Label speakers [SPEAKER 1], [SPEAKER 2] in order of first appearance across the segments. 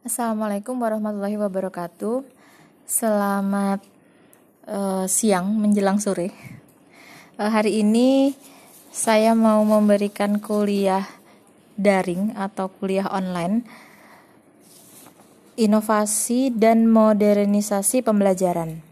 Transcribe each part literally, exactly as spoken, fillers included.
[SPEAKER 1] Assalamualaikum warahmatullahi wabarakatuh. Selamat uh, siang menjelang sore. Uh, hari ini saya mau memberikan kuliah daring atau kuliah online, inovasi dan modernisasi pembelajaran.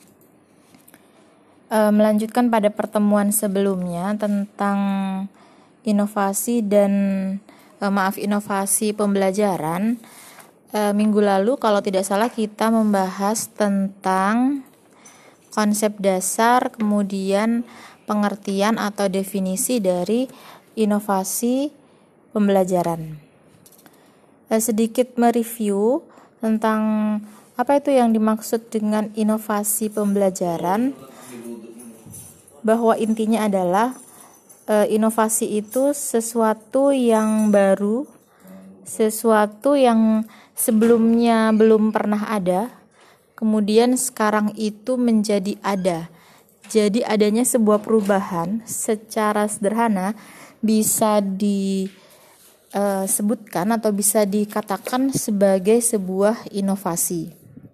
[SPEAKER 1] Uh, melanjutkan pada pertemuan sebelumnya tentang inovasi dan uh, maaf inovasi pembelajaran. E, minggu lalu kalau tidak salah kita membahas tentang konsep dasar, kemudian pengertian atau definisi dari inovasi pembelajaran. E, sedikit mereview tentang apa itu yang dimaksud dengan inovasi pembelajaran, bahwa intinya adalah e, inovasi itu sesuatu yang baru, sesuatu yang sebelumnya belum pernah ada, kemudian sekarang itu menjadi ada. Jadi adanya sebuah perubahan secara sederhana bisa disebutkan atau bisa dikatakan sebagai sebuah inovasi.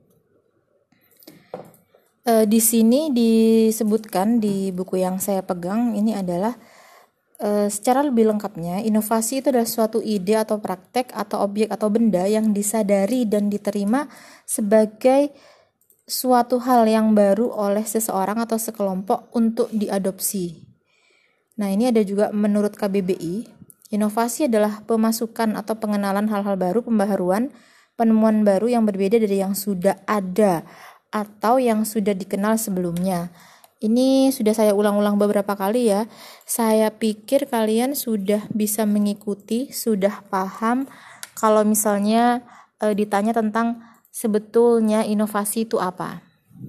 [SPEAKER 1] E, di sini disebutkan di buku yang saya pegang ini adalah E, secara lebih lengkapnya, inovasi itu adalah suatu ide atau praktek atau objek atau benda yang disadari dan diterima sebagai suatu hal yang baru oleh seseorang atau sekelompok untuk diadopsi. Nah, ini ada juga menurut K B B I, inovasi adalah pemasukan atau pengenalan hal-hal baru, pembaharuan, penemuan baru yang berbeda dari yang sudah ada atau yang sudah dikenal sebelumnya. Ini sudah saya ulang-ulang beberapa kali ya. Saya pikir kalian sudah bisa mengikuti, sudah paham kalau misalnya e, ditanya tentang sebetulnya inovasi itu apa.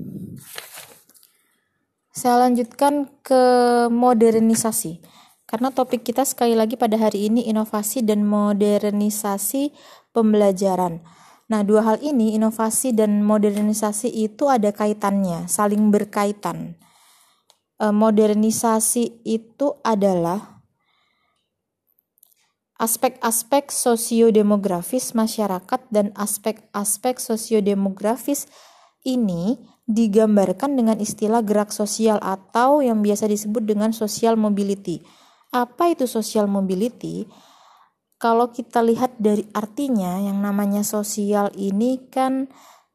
[SPEAKER 1] Saya lanjutkan ke modernisasi. Karena topik kita sekali lagi pada hari ini inovasi dan modernisasi pembelajaran. Nah, dua hal ini, inovasi dan modernisasi itu ada kaitannya, saling berkaitan. Modernisasi itu adalah aspek-aspek sosiodemografis masyarakat, dan aspek-aspek sosiodemografis ini digambarkan dengan istilah gerak sosial atau yang biasa disebut dengan social mobility. Apa itu social mobility? Kalau kita lihat dari artinya, yang namanya sosial ini kan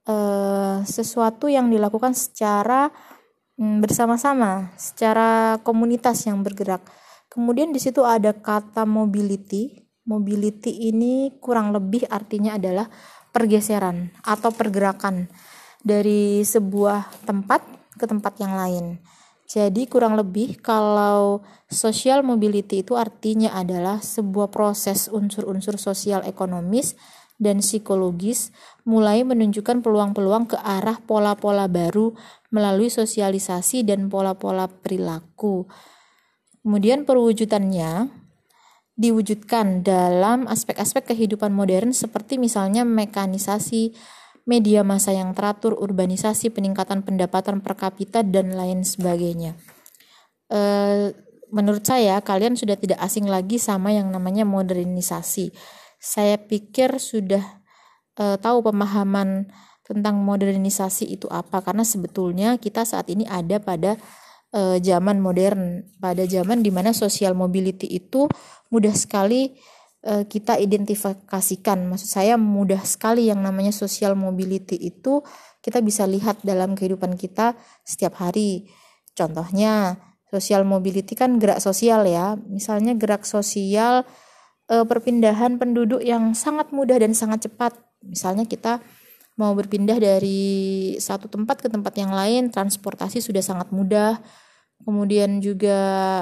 [SPEAKER 1] eh, sesuatu yang dilakukan secara bersama-sama, secara komunitas yang bergerak. Kemudian di situ ada kata mobility. Mobility ini kurang lebih artinya adalah pergeseran atau pergerakan dari sebuah tempat ke tempat yang lain. Jadi kurang lebih kalau social mobility itu artinya adalah sebuah proses unsur-unsur sosial ekonomis dan psikologis mulai menunjukkan peluang-peluang ke arah pola-pola baru melalui sosialisasi dan pola-pola perilaku. Kemudian perwujudannya diwujudkan dalam aspek-aspek kehidupan modern seperti misalnya mekanisasi, media massa yang teratur, urbanisasi, peningkatan pendapatan per kapita, dan lain sebagainya. E, menurut saya kalian sudah tidak asing lagi sama yang namanya modernisasi. Saya pikir sudah e, tahu pemahaman tentang modernisasi itu apa, karena sebetulnya kita saat ini ada pada e, zaman modern, pada zaman di mana social mobility itu mudah sekali e, kita identifikasikan. Maksud saya mudah sekali yang namanya social mobility itu kita bisa lihat dalam kehidupan kita setiap hari. Contohnya social mobility kan gerak sosial ya, misalnya gerak sosial perpindahan penduduk yang sangat mudah dan sangat cepat. Misalnya kita mau berpindah dari satu tempat ke tempat yang lain, transportasi sudah sangat mudah. Kemudian juga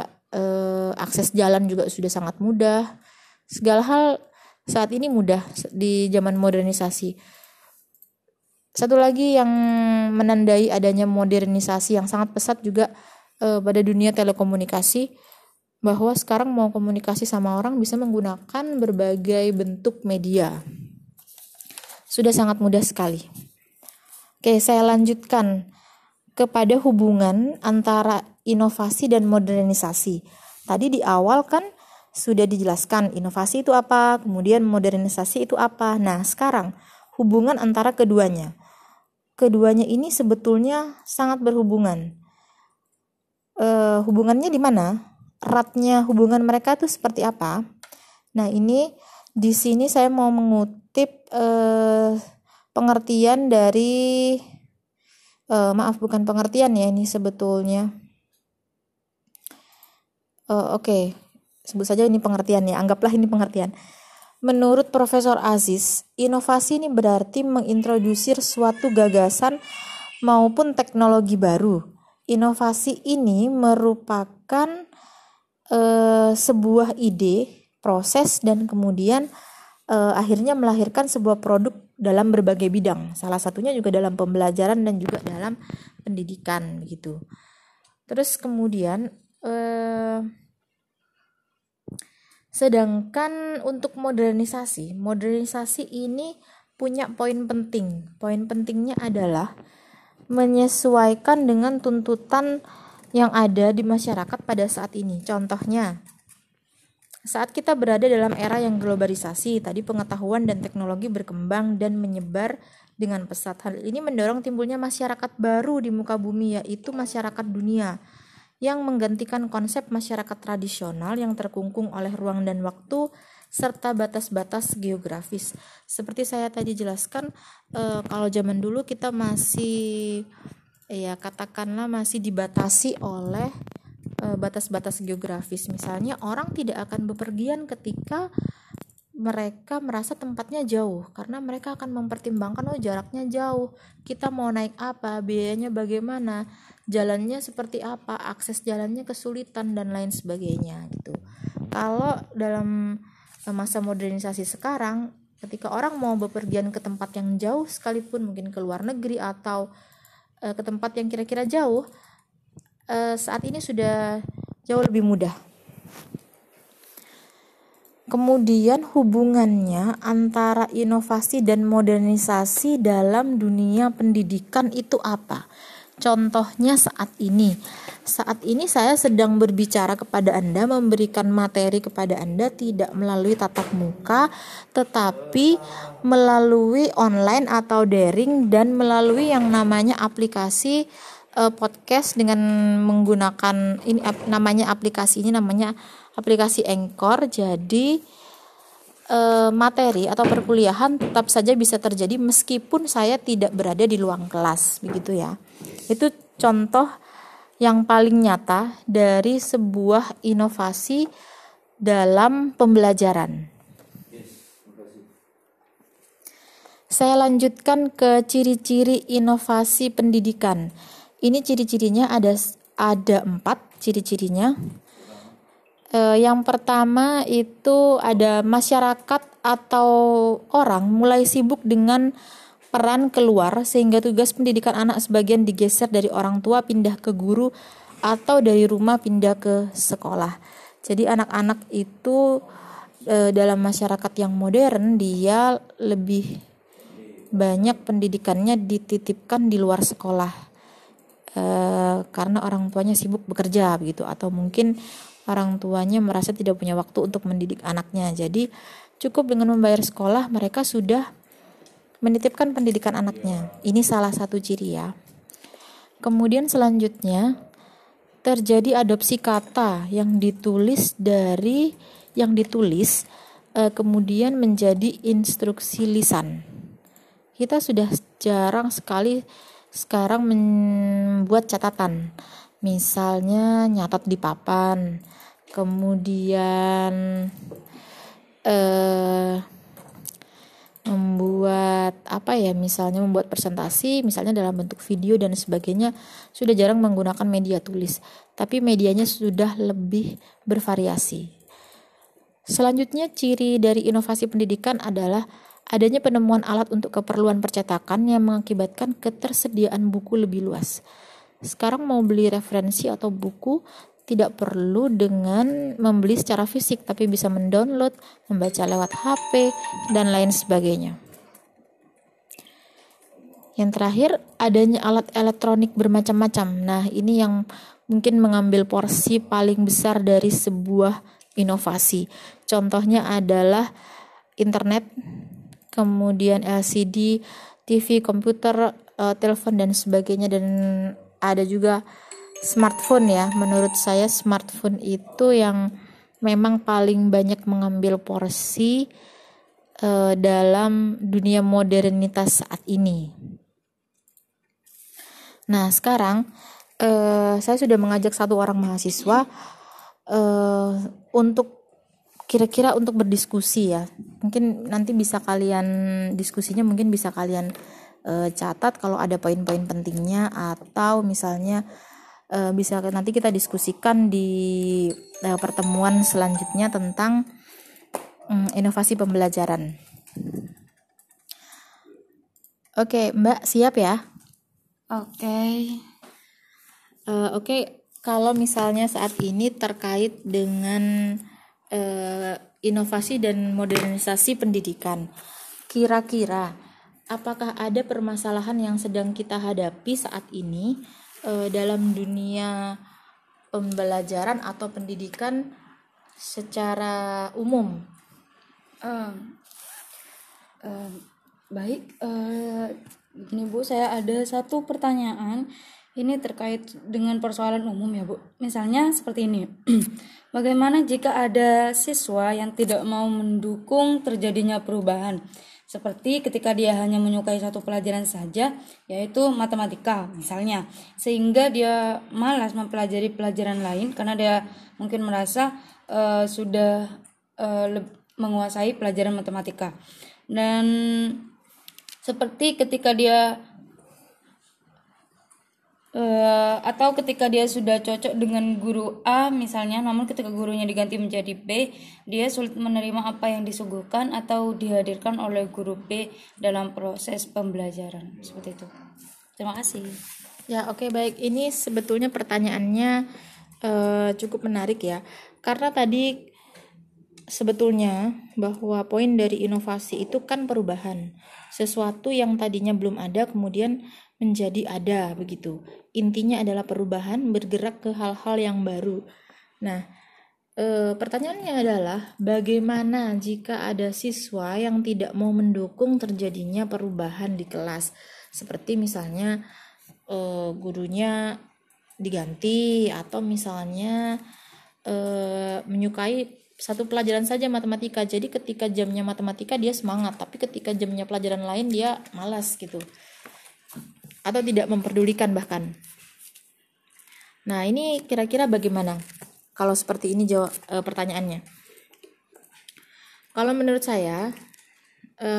[SPEAKER 1] eh, akses jalan juga sudah sangat mudah. Segala hal saat ini mudah di zaman modernisasi. Satu lagi yang menandai adanya modernisasi yang sangat pesat juga eh, pada dunia telekomunikasi, bahwa sekarang mau komunikasi sama orang bisa menggunakan berbagai bentuk media. Sudah sangat mudah sekali. Oke, saya lanjutkan kepada hubungan antara inovasi dan modernisasi. Tadi di awal kan sudah dijelaskan inovasi itu apa, kemudian modernisasi itu apa. Nah, sekarang hubungan antara keduanya. Keduanya ini sebetulnya sangat berhubungan. E, hubungannya di mana? Eratnya hubungan mereka itu seperti apa? Nah, ini di sini saya mau mengutip e, pengertian dari e, maaf bukan pengertian ya, ini sebetulnya. E, Oke, okay. Sebut saja ini pengertian ya, anggaplah ini pengertian. Menurut Profesor Aziz, inovasi ini berarti mengintrodusir suatu gagasan maupun teknologi baru. Inovasi ini merupakan eh, sebuah ide, proses, dan kemudian eh, akhirnya melahirkan sebuah produk dalam berbagai bidang. Salah satunya juga dalam pembelajaran dan juga dalam pendidikan gitu. Terus kemudian eh, Sedangkan untuk modernisasi, modernisasi ini punya poin penting. Poin pentingnya adalah menyesuaikan dengan tuntutan yang ada di masyarakat pada saat ini. Contohnya, saat kita berada dalam era yang globalisasi, tadi pengetahuan dan teknologi berkembang dan menyebar dengan pesat. Hal ini mendorong timbulnya masyarakat baru di muka bumi, yaitu masyarakat dunia, yang menggantikan konsep masyarakat tradisional yang terkungkung oleh ruang dan waktu serta batas-batas geografis. Seperti saya tadi jelaskan, e, kalau zaman dulu kita masih ya katakanlah masih dibatasi oleh e, batas-batas geografis. Misalnya orang tidak akan bepergian ketika mereka merasa tempatnya jauh, karena mereka akan mempertimbangkan oh jaraknya jauh, kita mau naik apa, biayanya bagaimana, jalannya seperti apa, akses jalannya kesulitan dan lain sebagainya gitu. Kalau dalam masa modernisasi sekarang, ketika orang mau bepergian ke tempat yang jauh sekalipun, mungkin ke luar negeri atau e, ke tempat yang kira-kira jauh, e, saat ini sudah jauh lebih mudah. Kemudian hubungannya antara inovasi dan modernisasi dalam dunia pendidikan itu apa? Contohnya saat ini. Saat ini saya sedang berbicara kepada Anda, memberikan materi kepada Anda tidak melalui tatap muka, tetapi melalui online atau daring dan melalui yang namanya aplikasi uh, podcast dengan menggunakan ini namanya aplikasi ini namanya aplikasi Anchor. Jadi eh, materi atau perkuliahan tetap saja bisa terjadi meskipun saya tidak berada di ruang kelas, begitu ya. Itu contoh yang paling nyata dari sebuah inovasi dalam pembelajaran. Saya lanjutkan ke ciri-ciri inovasi pendidikan. Ini ciri-cirinya ada ada empat ciri-cirinya. Eh, yang pertama itu ada masyarakat atau orang mulai sibuk dengan peran keluar sehingga tugas pendidikan anak sebagian digeser dari orang tua pindah ke guru atau dari rumah pindah ke sekolah. Jadi anak-anak itu eh, dalam masyarakat yang modern dia lebih banyak pendidikannya dititipkan di luar sekolah eh, karena orang tuanya sibuk bekerja begitu, atau mungkin orang tuanya merasa tidak punya waktu untuk mendidik anaknya. Jadi cukup dengan membayar sekolah mereka sudah menitipkan pendidikan anaknya. Ini salah satu ciri ya. Kemudian selanjutnya terjadi adopsi kata yang ditulis dari yang ditulis eh, kemudian menjadi instruksi lisan. Kita sudah jarang sekali sekarang membuat catatan. Misalnya nyatat di papan, kemudian eh, membuat apa ya, misalnya membuat presentasi, misalnya dalam bentuk video dan sebagainya, sudah jarang menggunakan media tulis, tapi medianya sudah lebih bervariasi. Selanjutnya, ciri dari inovasi pendidikan adalah adanya penemuan alat untuk keperluan percetakan yang mengakibatkan ketersediaan buku lebih luas. Sekarang mau beli referensi atau buku tidak perlu dengan membeli secara fisik, tapi bisa mendownload, membaca lewat H P, dan lain sebagainya. Yang terakhir, adanya alat elektronik bermacam-macam. Nah, ini yang mungkin mengambil porsi paling besar dari sebuah inovasi. Contohnya adalah internet, kemudian L C D, T V, komputer, uh, telepon dan sebagainya, dan ada juga smartphone ya. Menurut saya smartphone itu yang memang paling banyak mengambil porsi uh, dalam dunia modernitas saat ini. Nah, sekarang uh, saya sudah mengajak satu orang mahasiswa uh, untuk kira-kira untuk berdiskusi ya. Mungkin nanti bisa kalian diskusinya mungkin bisa kalian e, catat kalau ada poin-poin pentingnya, atau misalnya e, bisa nanti kita diskusikan di e, pertemuan selanjutnya tentang e, inovasi pembelajaran. Oke, Mbak siap ya?
[SPEAKER 2] Oke.
[SPEAKER 1] E, oke, kalau misalnya saat ini terkait dengan Uh, inovasi dan modernisasi pendidikan, kira-kira apakah ada permasalahan yang sedang kita hadapi saat ini uh, dalam dunia pembelajaran atau pendidikan secara umum?
[SPEAKER 2] Uh, uh, baik, uh, begini Bu, saya ada satu pertanyaan. Ini terkait dengan persoalan umum ya Bu. Misalnya seperti ini. Bagaimana jika ada siswa yang tidak mau mendukung terjadinya perubahan? Seperti ketika dia hanya menyukai satu pelajaran saja, yaitu matematika misalnya, sehingga dia malas mempelajari pelajaran lain karena dia mungkin merasa uh, sudah uh, le- menguasai pelajaran matematika. Dan seperti ketika dia Uh, atau ketika dia sudah cocok dengan guru A misalnya, namun ketika gurunya diganti menjadi B, dia sulit menerima apa yang disuguhkan atau dihadirkan oleh guru B dalam proses pembelajaran. Seperti itu. Terima kasih.
[SPEAKER 1] Ya, oke, okay, baik. Ini sebetulnya pertanyaannya uh, cukup menarik ya, karena tadi sebetulnya bahwa poin dari inovasi itu kan perubahan. Sesuatu yang tadinya belum ada kemudian menjadi ada, begitu. Intinya adalah perubahan, bergerak ke hal-hal yang baru. Nah, e, pertanyaannya adalah bagaimana jika ada siswa yang tidak mau mendukung terjadinya perubahan di kelas? Seperti misalnya e, gurunya diganti, atau misalnya e, menyukai satu pelajaran saja matematika. Jadi ketika jamnya matematika dia semangat, tapi ketika jamnya pelajaran lain dia malas gitu. Atau tidak memperdulikan bahkan. Nah, ini kira-kira bagaimana kalau seperti ini jawab e, pertanyaannya? Kalau menurut saya e,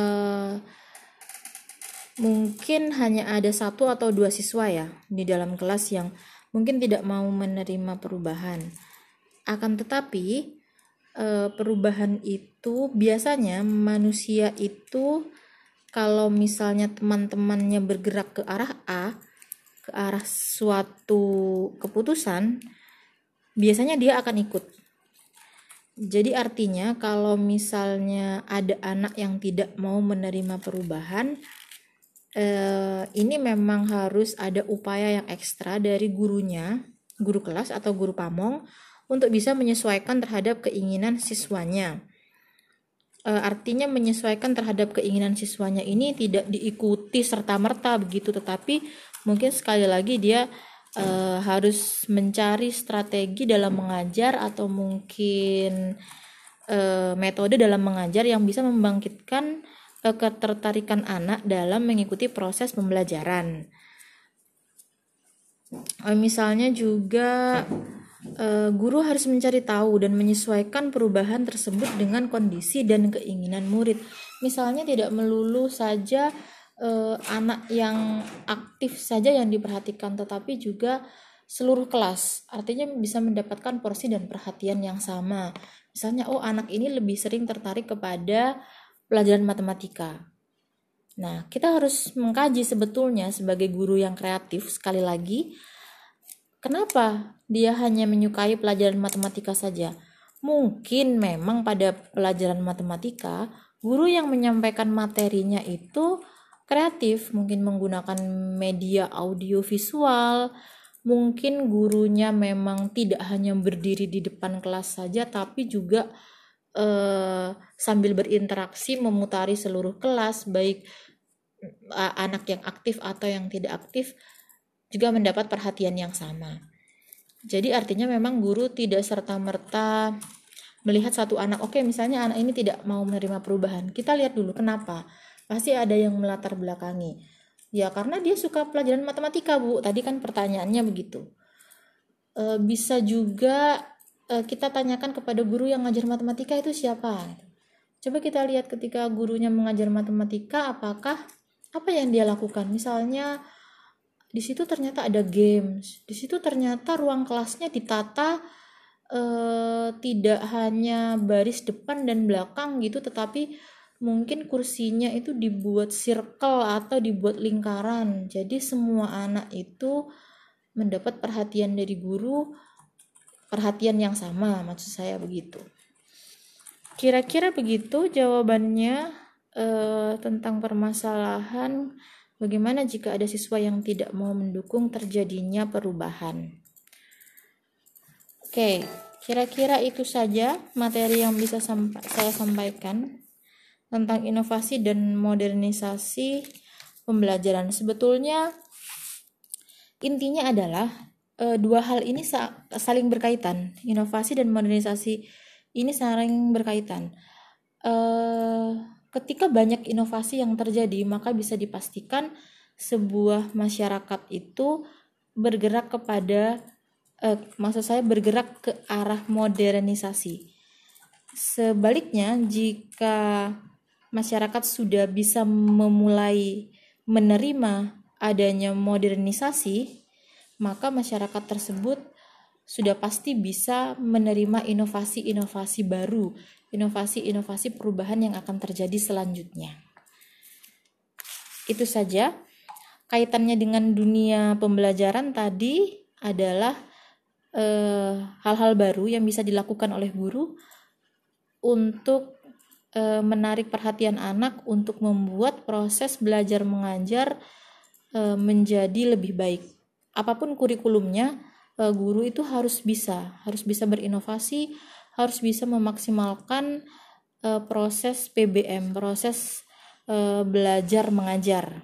[SPEAKER 1] mungkin hanya ada satu atau dua siswa ya di dalam kelas yang mungkin tidak mau menerima perubahan. Akan tetapi e, perubahan itu biasanya manusia itu, kalau misalnya teman-temannya bergerak ke arah A, ke arah suatu keputusan, biasanya dia akan ikut. Jadi artinya kalau misalnya ada anak yang tidak mau menerima perubahan, eh, ini memang harus ada upaya yang ekstra dari gurunya, guru kelas atau guru pamong, untuk bisa menyesuaikan terhadap keinginan siswanya. E, artinya menyesuaikan terhadap keinginan siswanya ini tidak diikuti serta-merta begitu, tetapi mungkin sekali lagi dia e, harus mencari strategi dalam mengajar, atau mungkin e, metode dalam mengajar yang bisa membangkitkan e, ketertarikan anak dalam mengikuti proses pembelajaran. E, misalnya juga Uh, guru harus mencari tahu dan menyesuaikan perubahan tersebut dengan kondisi dan keinginan murid. Misalnya tidak melulu saja uh, anak yang aktif saja yang diperhatikan, tetapi juga seluruh kelas. Artinya bisa mendapatkan porsi dan perhatian yang sama. Misalnya, oh anak ini lebih sering tertarik kepada pelajaran matematika. Nah, kita harus mengkaji sebetulnya sebagai guru yang kreatif, sekali lagi, kenapa dia hanya menyukai pelajaran matematika saja? Mungkin memang pada pelajaran matematika, guru yang menyampaikan materinya itu kreatif, mungkin menggunakan media audio visual, mungkin gurunya memang tidak hanya berdiri di depan kelas saja, tapi juga eh, sambil berinteraksi memutari seluruh kelas, baik uh, anak yang aktif atau yang tidak aktif juga mendapat perhatian yang sama. Jadi artinya memang guru tidak serta-merta melihat satu anak, oke okay, misalnya anak ini tidak mau menerima perubahan, kita lihat dulu kenapa. Pasti ada yang melatar belakangi. Ya karena dia suka pelajaran matematika, Bu. Tadi kan pertanyaannya begitu. E, bisa juga e, kita tanyakan kepada guru yang ngajar matematika itu siapa. Coba kita lihat ketika gurunya mengajar matematika, apakah apa yang dia lakukan. Misalnya di situ ternyata ada games, di situ ternyata ruang kelasnya ditata e, tidak hanya baris depan dan belakang gitu, tetapi mungkin kursinya itu dibuat circle atau dibuat lingkaran. Jadi semua anak itu mendapat perhatian dari guru, perhatian yang sama, maksud saya begitu. Kira-kira begitu jawabannya eh, tentang permasalahan bagaimana jika ada siswa yang tidak mau mendukung terjadinya perubahan. Oke, kira-kira itu saja materi yang bisa sampa- saya sampaikan tentang inovasi dan modernisasi pembelajaran. Sebetulnya intinya adalah e, dua hal ini sa- saling berkaitan. Inovasi dan modernisasi ini saling berkaitan. E, ketika banyak inovasi yang terjadi, maka bisa dipastikan sebuah masyarakat itu bergerak kepada, e, maksud saya bergerak ke arah modernisasi. Sebaliknya, jika masyarakat sudah bisa memulai menerima adanya modernisasi, maka masyarakat tersebut sudah pasti bisa menerima inovasi-inovasi baru, inovasi-inovasi perubahan yang akan terjadi selanjutnya. Itu saja. Kaitannya dengan dunia pembelajaran tadi adalah eh, hal-hal baru yang bisa dilakukan oleh guru untuk menarik perhatian anak untuk membuat proses belajar mengajar e, menjadi lebih baik. Apapun kurikulumnya, e, guru itu harus bisa, harus bisa berinovasi, harus bisa memaksimalkan e, proses P B M, proses e, belajar mengajar.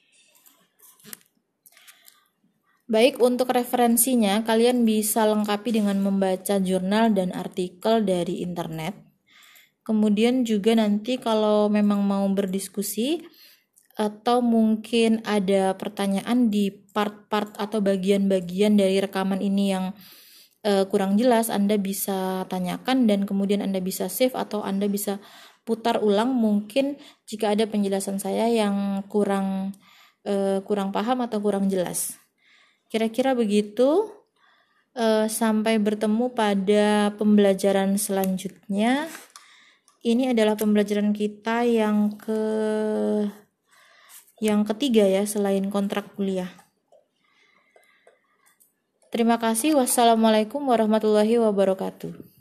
[SPEAKER 1] Baik, untuk referensinya kalian bisa lengkapi dengan membaca jurnal dan artikel dari internet. Kemudian juga nanti kalau memang mau berdiskusi atau mungkin ada pertanyaan di part-part atau bagian-bagian dari rekaman ini yang uh, kurang jelas, Anda bisa tanyakan dan kemudian Anda bisa save atau Anda bisa putar ulang mungkin jika ada penjelasan saya yang kurang uh, kurang paham atau kurang jelas. Kira-kira begitu. Uh, sampai bertemu pada pembelajaran selanjutnya. Ini adalah pembelajaran kita yang ke yang ketiga ya, selain kontrak kuliah. Terima kasih. Wassalamualaikum warahmatullahi wabarakatuh.